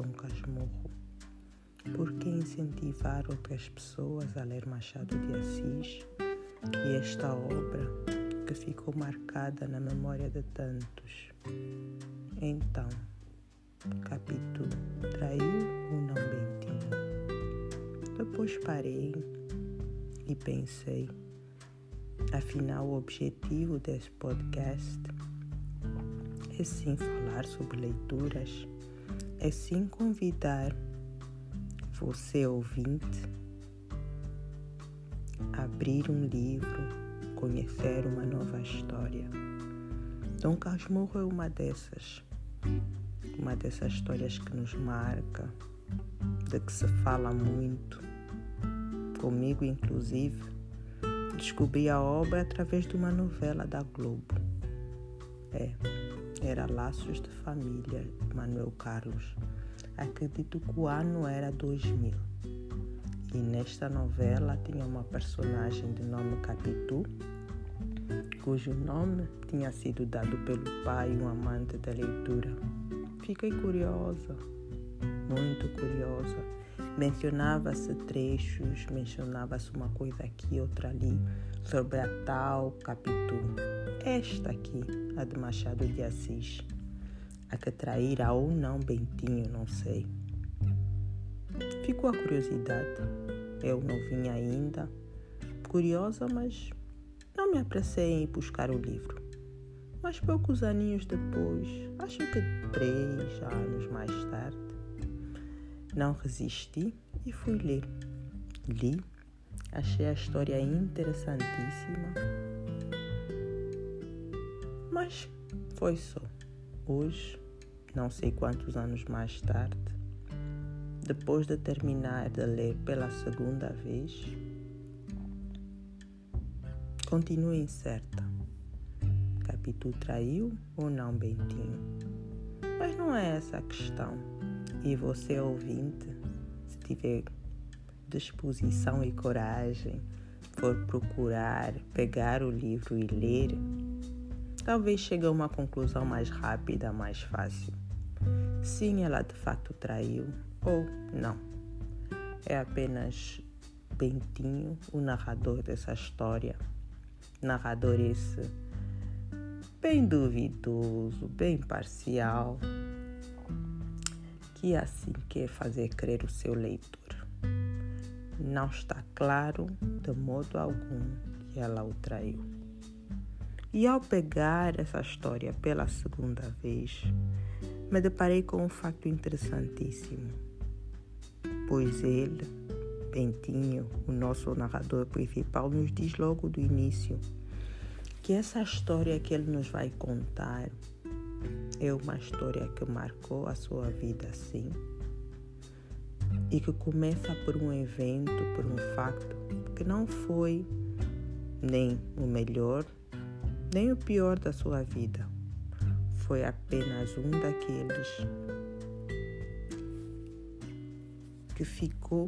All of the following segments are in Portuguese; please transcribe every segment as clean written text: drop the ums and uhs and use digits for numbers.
Dom Casmurro? Por que incentivar outras pessoas a ler Machado de Assis e esta obra que ficou marcada na memória de tantos? Então, capítulo Traiu ou não Bentinho? Depois parei e pensei, afinal o objetivo desse podcast é sim falar sobre leituras, é sim convidar você, ouvinte, a abrir um livro, conhecer uma nova história. Dom Casmurro é uma dessas histórias que nos marca, de que se fala muito. Comigo, inclusive, descobri a obra através de uma novela da Globo. Era Laços de Família, de Manuel Carlos. Acredito que o ano era 2000. E nesta novela tinha uma personagem de nome Capitu, cujo nome tinha sido dado pelo pai, um amante da leitura. Fiquei curiosa, muito curiosa. Mencionava-se trechos, mencionava-se uma coisa aqui, outra ali, sobre a tal Capitu. Esta aqui, a de Machado de Assis, a que traíra ou não Bentinho, não sei. Ficou a curiosidade. Eu novinha ainda, curiosa, mas não me apressei em ir buscar o livro. Mas poucos aninhos depois, acho que 3 anos mais tarde, não resisti e fui ler. Li, achei a história interessantíssima, mas foi só. Hoje, não sei quantos anos mais tarde, depois de terminar de ler pela segunda vez, continuo incerta. Capitu traiu ou não Bentinho? Mas não é essa a questão. E você, ouvinte, se tiver disposição e coragem, for procurar, pegar o livro e ler, talvez chegue a uma conclusão mais rápida, mais fácil. Sim, ela de fato traiu ou não. É apenas Bentinho, o narrador dessa história. Narrador esse bem duvidoso, bem parcial, que assim quer fazer crer o seu leitor. Não está claro de modo algum que ela o traiu. E ao pegar essa história pela segunda vez, me deparei com um facto interessantíssimo, pois ele, Bentinho, o nosso narrador principal, nos diz logo do início que essa história que ele nos vai contar é uma história que marcou a sua vida, sim, e que começa por um evento, por um facto que não foi nem o melhor, nem o pior da sua vida. Foi apenas um daqueles que ficou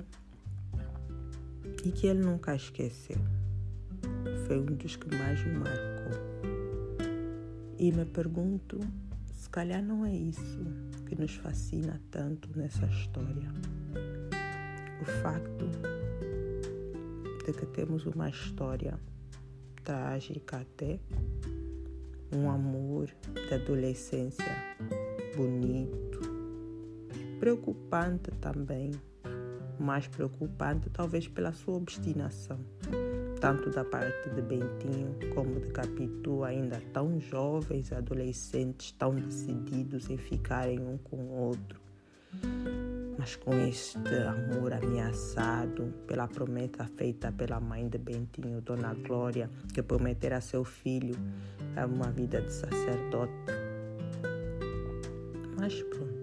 e que ele nunca esqueceu. Foi um dos que mais o marcou. E me pergunto, se calhar não é isso que nos fascina tanto nessa história. O facto de que temos uma história trágica até, um amor de adolescência bonito, preocupante também, mais preocupante talvez pela sua obstinação, tanto da parte de Bentinho como de Capitu, ainda tão jovens, adolescentes, tão decididos em ficarem um com o outro, mas com este amor ameaçado pela promessa feita pela mãe de Bentinho, Dona Glória, que prometera a seu filho uma vida de sacerdote. Mas pronto,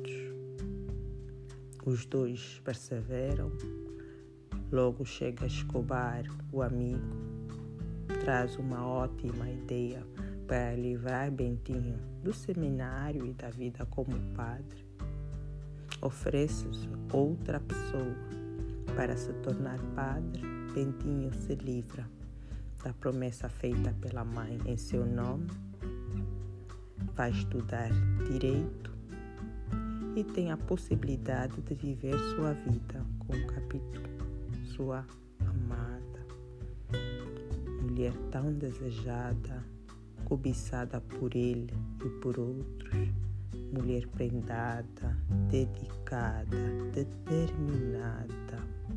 os dois perseveram. Logo chega Escobar, o amigo, traz uma ótima ideia para livrar Bentinho do seminário e da vida como padre. Oferece-se outra pessoa para se tornar padre. Bentinho se livra da promessa feita pela mãe em seu nome, vai estudar direito e tem a possibilidade de viver sua vida com Capitu, sua amada, mulher tão desejada, cobiçada por ele e por outros, mulher prendada, dedicada, determinada,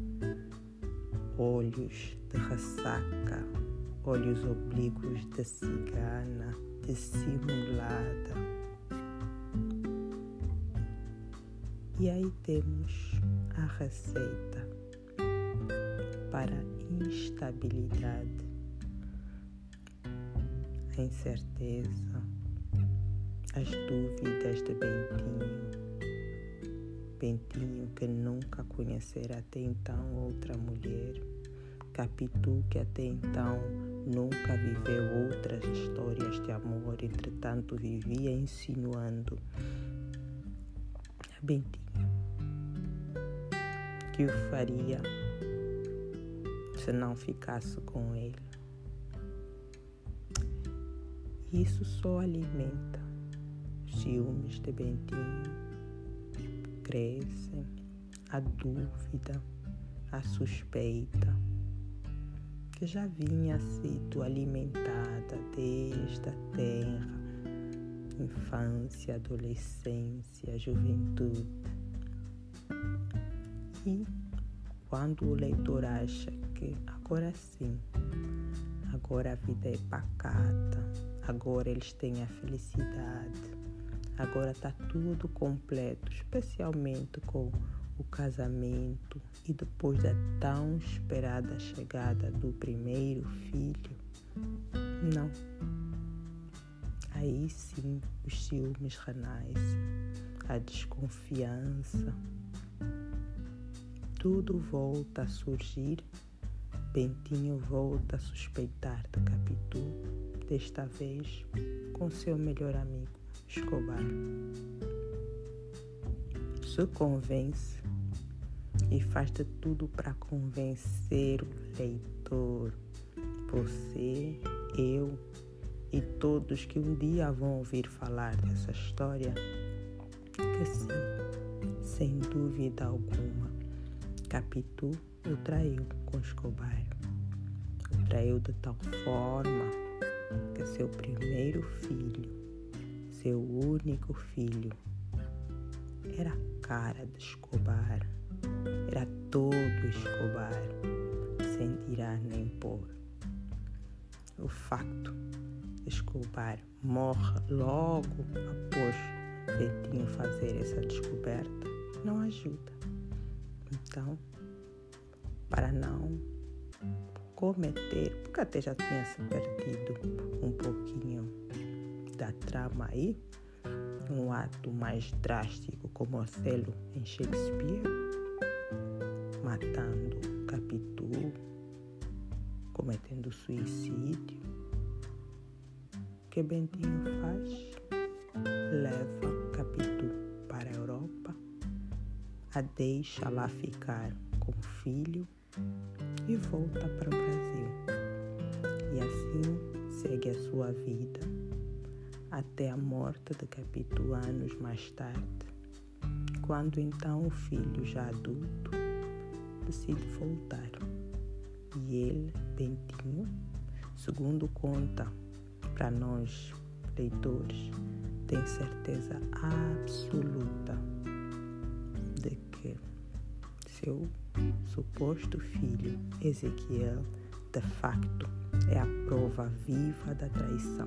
olhos de ressaca, olhos oblíquos de cigana, dissimulada. E aí temos a receita para a instabilidade, a incerteza, as dúvidas de Bentinho que nunca conhecera até então outra mulher, Capitu que até então nunca viveu outras histórias de amor, entretanto vivia insinuando a Bentinho que o faria se não ficasse com ele. Isso só alimenta os ciúmes de Bentinho, crescem a dúvida, a suspeita, que já vinha sido alimentada desde a terra, infância, adolescência, juventude. E quando o leitor acha que agora sim, agora a vida é pacata, agora eles têm a felicidade, agora está tudo completo, especialmente com o casamento e depois da tão esperada chegada do primeiro filho, não. Aí sim os ciúmes renascem, a desconfiança, tudo volta a surgir. Bentinho volta a suspeitar de Capitu, desta vez com seu melhor amigo, Escobar. Se convence e faz de tudo para convencer o leitor, você, eu e todos que um dia vão ouvir falar dessa história, que sim, sem dúvida alguma, Capitu o traiu com Escobar. O traiu de tal forma que seu primeiro filho, seu único filho, era a cara de Escobar, era todo Escobar, sem tirar nem pôr. O facto de Escobar morre logo após Bentinho fazer essa descoberta não ajuda. Então, para não cometer, porque até já tinha se perdido um pouquinho da trama aí, um ato mais drástico como Otelo em Shakespeare, matando Capitu, cometendo suicídio, o que Bentinho faz? Leva Capitu para a Europa, a deixa lá ficar com o filho e volta para o Brasil. E assim segue a sua vida até a morte de Capitu anos mais tarde, quando então o filho já adulto decide voltar. E ele, Bentinho, segundo conta para nós leitores, tem certeza absoluta de que seu suposto filho, Ezequiel, de facto é a prova viva da traição.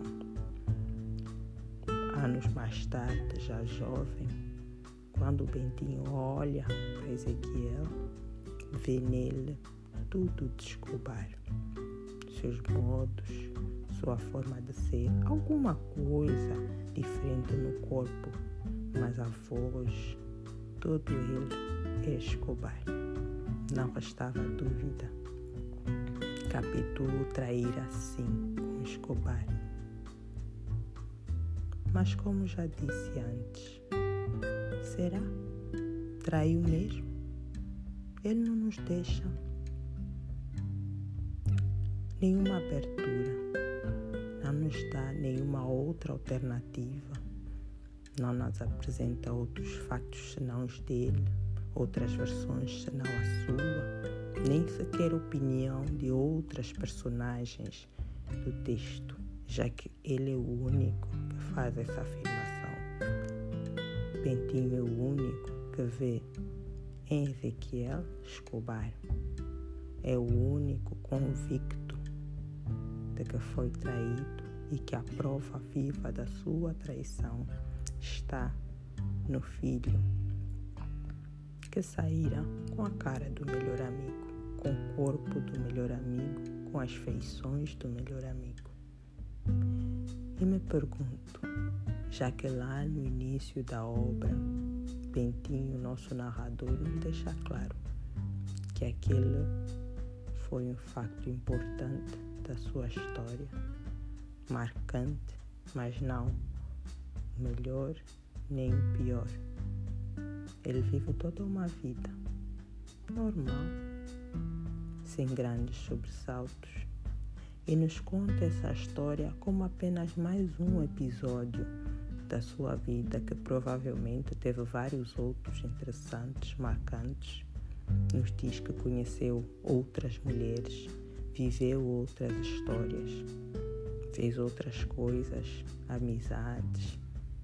Anos mais tarde, já jovem, quando Bentinho olha para Ezequiel, vê nele tudo de Escobar. Seus modos, sua forma de ser, alguma coisa diferente no corpo, mas a voz, todo ele é Escobar. Não restava dúvida. Capitu traíra sim com Escobar. Mas como já disse antes, será? Traiu mesmo? Ele não nos deixa nenhuma abertura, não nos dá nenhuma outra alternativa, não nos apresenta outros factos senão os dele, outras versões senão a sua, nem sequer opinião de outras personagens do texto, já que ele é o único que faz essa afirmação. Bentinho é o único que vê em Ezequiel Escobar. É o único convicto de que foi traído e que a prova viva da sua traição está no filho que saíra com a cara do melhor amigo, com o corpo do melhor amigo, com as feições do melhor amigo. E me pergunto, já que lá no início da obra, Bentinho, nosso narrador, nos deixa claro que aquele foi um facto importante da sua história, marcante, mas não o melhor nem o pior. Ele vive toda uma vida normal, sem grandes sobressaltos, e nos conta essa história como apenas mais um episódio da sua vida, que provavelmente teve vários outros interessantes, marcantes. Nos diz que conheceu outras mulheres, viveu outras histórias, fez outras coisas, amizades.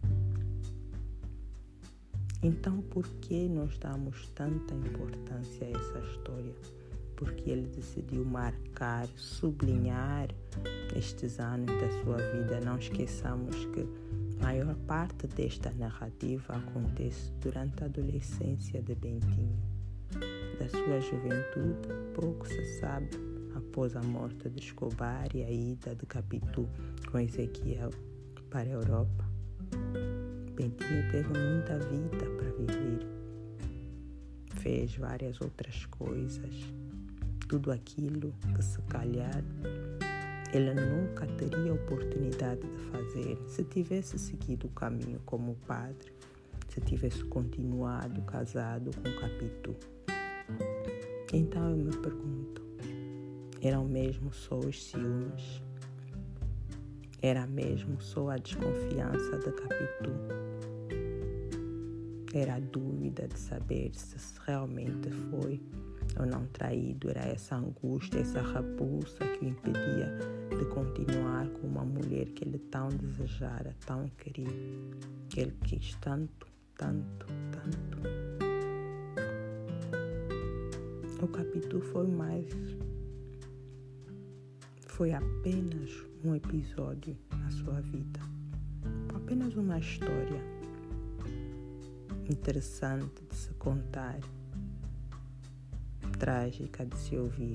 Então, por que nós damos tanta importância a essa história? Porque ele decidiu marcar, sublinhar estes anos da sua vida. Não esqueçamos que a maior parte desta narrativa acontece durante a adolescência de Bentinho. Da sua juventude, pouco se sabe após a morte de Escobar e a ida de Capitu com Ezequiel para a Europa. Bentinho teve muita vida para viver. Fez várias outras coisas. Tudo aquilo que se calhar ele nunca teria oportunidade de fazer se tivesse seguido o caminho como padre, se tivesse continuado casado com Capitu. Então eu me pergunto, eram mesmo só os ciúmes? Era mesmo só a desconfiança de Capitu? Era a dúvida de saber se realmente foi ou não traído? Era essa angústia, essa repulsa que o impedia de continuar com uma mulher que ele tão desejara, tão queria, que ele quis tanto, tanto, tanto. O Capitu foi apenas um episódio na sua vida, apenas uma história interessante de se contar, trágica de se ouvir.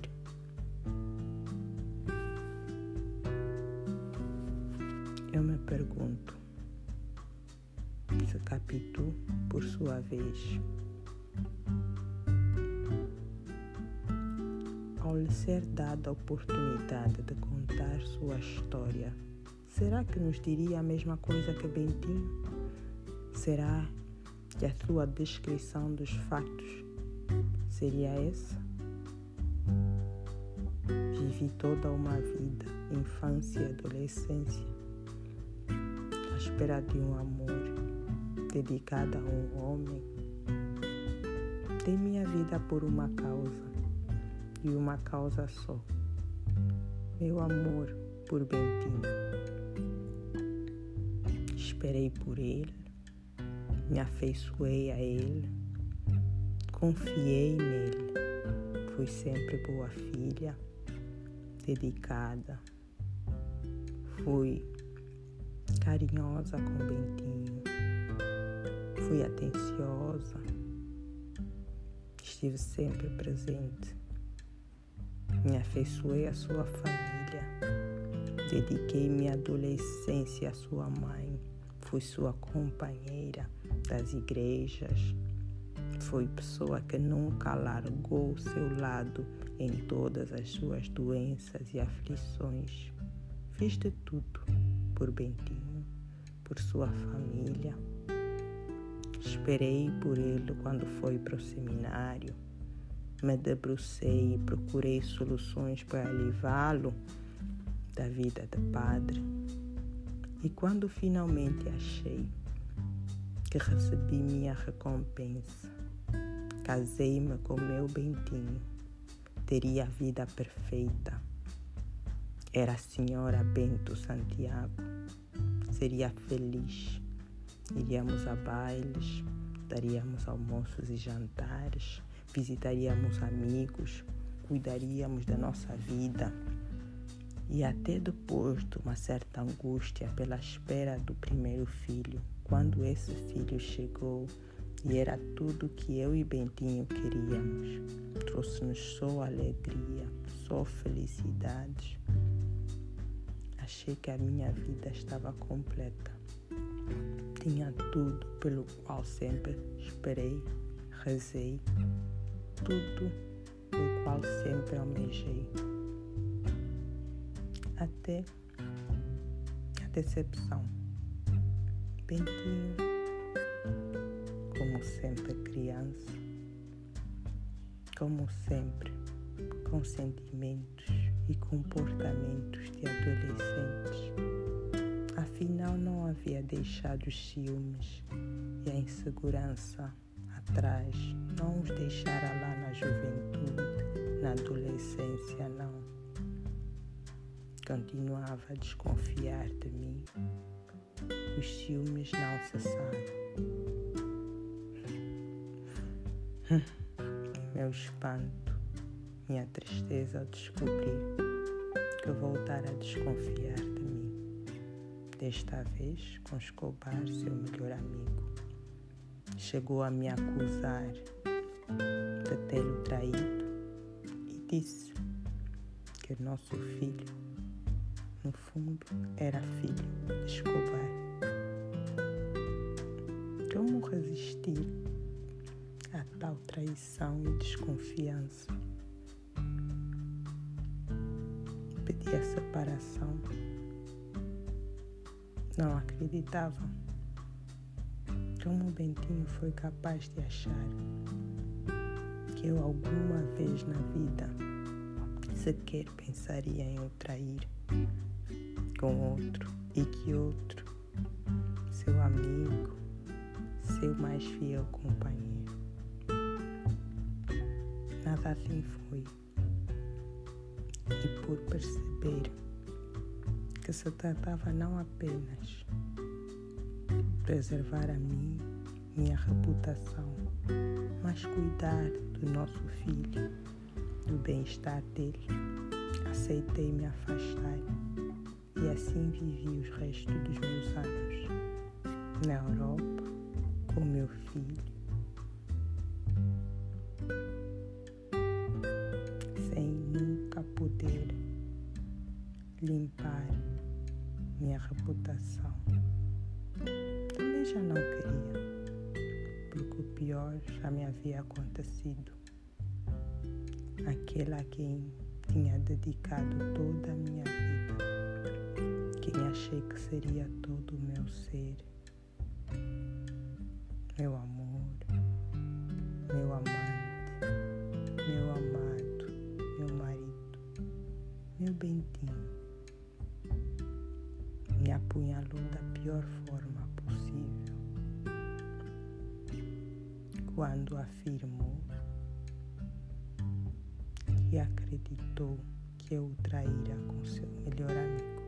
Eu me pergunto se Capitu, por sua vez, ao lhe ser dada a oportunidade de contar sua história, será que nos diria a mesma coisa que Bentinho? Será que a sua descrição dos fatos seria essa? Vivi toda uma vida, infância e adolescência, à espera de um amor, dedicada a um homem. Dei minha vida por uma causa, e uma causa só: meu amor por Bentinho. Esperei por ele, me afeiçoei a ele, confiei nele, fui sempre boa filha, dedicada, fui carinhosa com Bentinho, fui atenciosa, estive sempre presente, me afeiçoei à sua família, dediquei minha adolescência à sua mãe, fui sua companheira das igrejas, fui pessoa que nunca largou o seu lado em todas as suas doenças e aflições. Fiz de tudo por Bentinho, por sua família. Esperei por ele quando foi para o seminário. Me debrucei e procurei soluções para livrá-lo da vida de padre. E quando finalmente achei, que recebi minha recompensa. Casei-me com meu Bentinho. Teria a vida perfeita. Era a senhora Bento Santiago. Seria feliz. Iríamos a bailes, daríamos almoços e jantares, visitaríamos amigos, cuidaríamos da nossa vida. E até depois de uma certa angústia pela espera do primeiro filho, quando esse filho chegou e era tudo que eu e Bentinho queríamos, trouxe-nos só alegria, só felicidades. Achei que a minha vida estava completa. Tinha tudo pelo qual sempre esperei, rezei, tudo o qual sempre almejei. Até a decepção. Bentinho, como sempre criança, como sempre com sentimentos e comportamentos de adolescentes. Afinal, não havia deixado os ciúmes e a insegurança atrás, não os deixara lá na juventude, na adolescência, não. Continuava a desconfiar de mim. Os ciúmes não cessaram. Meu espanto, minha tristeza ao descobrir que voltara a desconfiar de mim. Desta vez com Escobar, seu melhor amigo. Chegou a me acusar de tê-lo traído e disse que o nosso filho, no fundo, era filho de Escobar. Como resistir a tal traição e desconfiança? Pedi a separação. Não acreditava. Como o Bentinho foi capaz de achar que eu alguma vez na vida sequer pensaria em o trair com outro e que outro, seu amigo, seu mais fiel companheiro. Nada assim foi. E por perceber que se tratava não apenas de preservar a mim, minha reputação, mas cuidar do nosso filho, do bem-estar dele, aceitei me afastar e assim vivi os restos dos meus anos na Europa com meu filho, sem nunca poder limpar minha reputação. Também já não queria, porque o pior já me havia acontecido. Aquele a quem tinha dedicado toda a minha vida, quem achei que seria todo o meu ser, meu amor, meu amante, meu amado, meu marido, meu Bentinho, me apunhalou da pior forma possível quando afirmou que acreditou que eu o traíra com seu melhor amigo.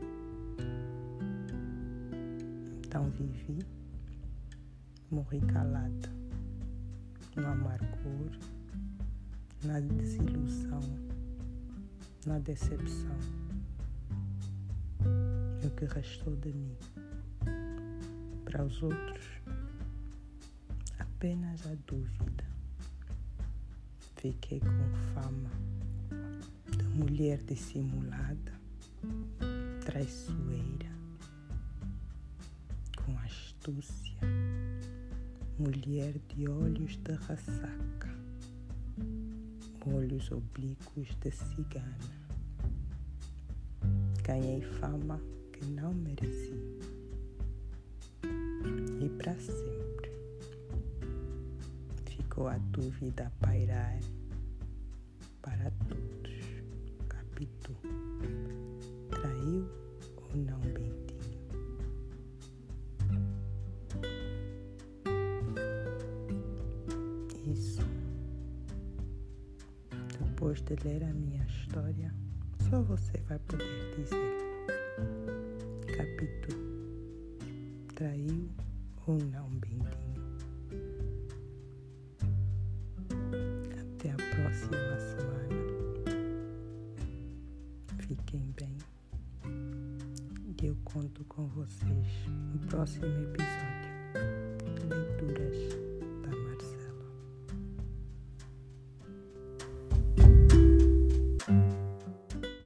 Então vivi, morri calada, no amargor, na desilusão, na decepção. E o que restou de mim? Para os outros, apenas a dúvida. Fiquei com fama de mulher dissimulada, traiçoeira, com astúcia, mulher de olhos de ressaca, olhos oblíquos de cigana. Ganhei fama que não mereci. E para sempre ficou a dúvida a pairar para todos. Capitu, traiu ou não Bentinho? isso, depois de ler a minha história, só você vai poder dizer: Capitu traiu ou não Bentinho. Até a próxima semana. Fiquem bem. E eu conto com vocês no próximo episódio.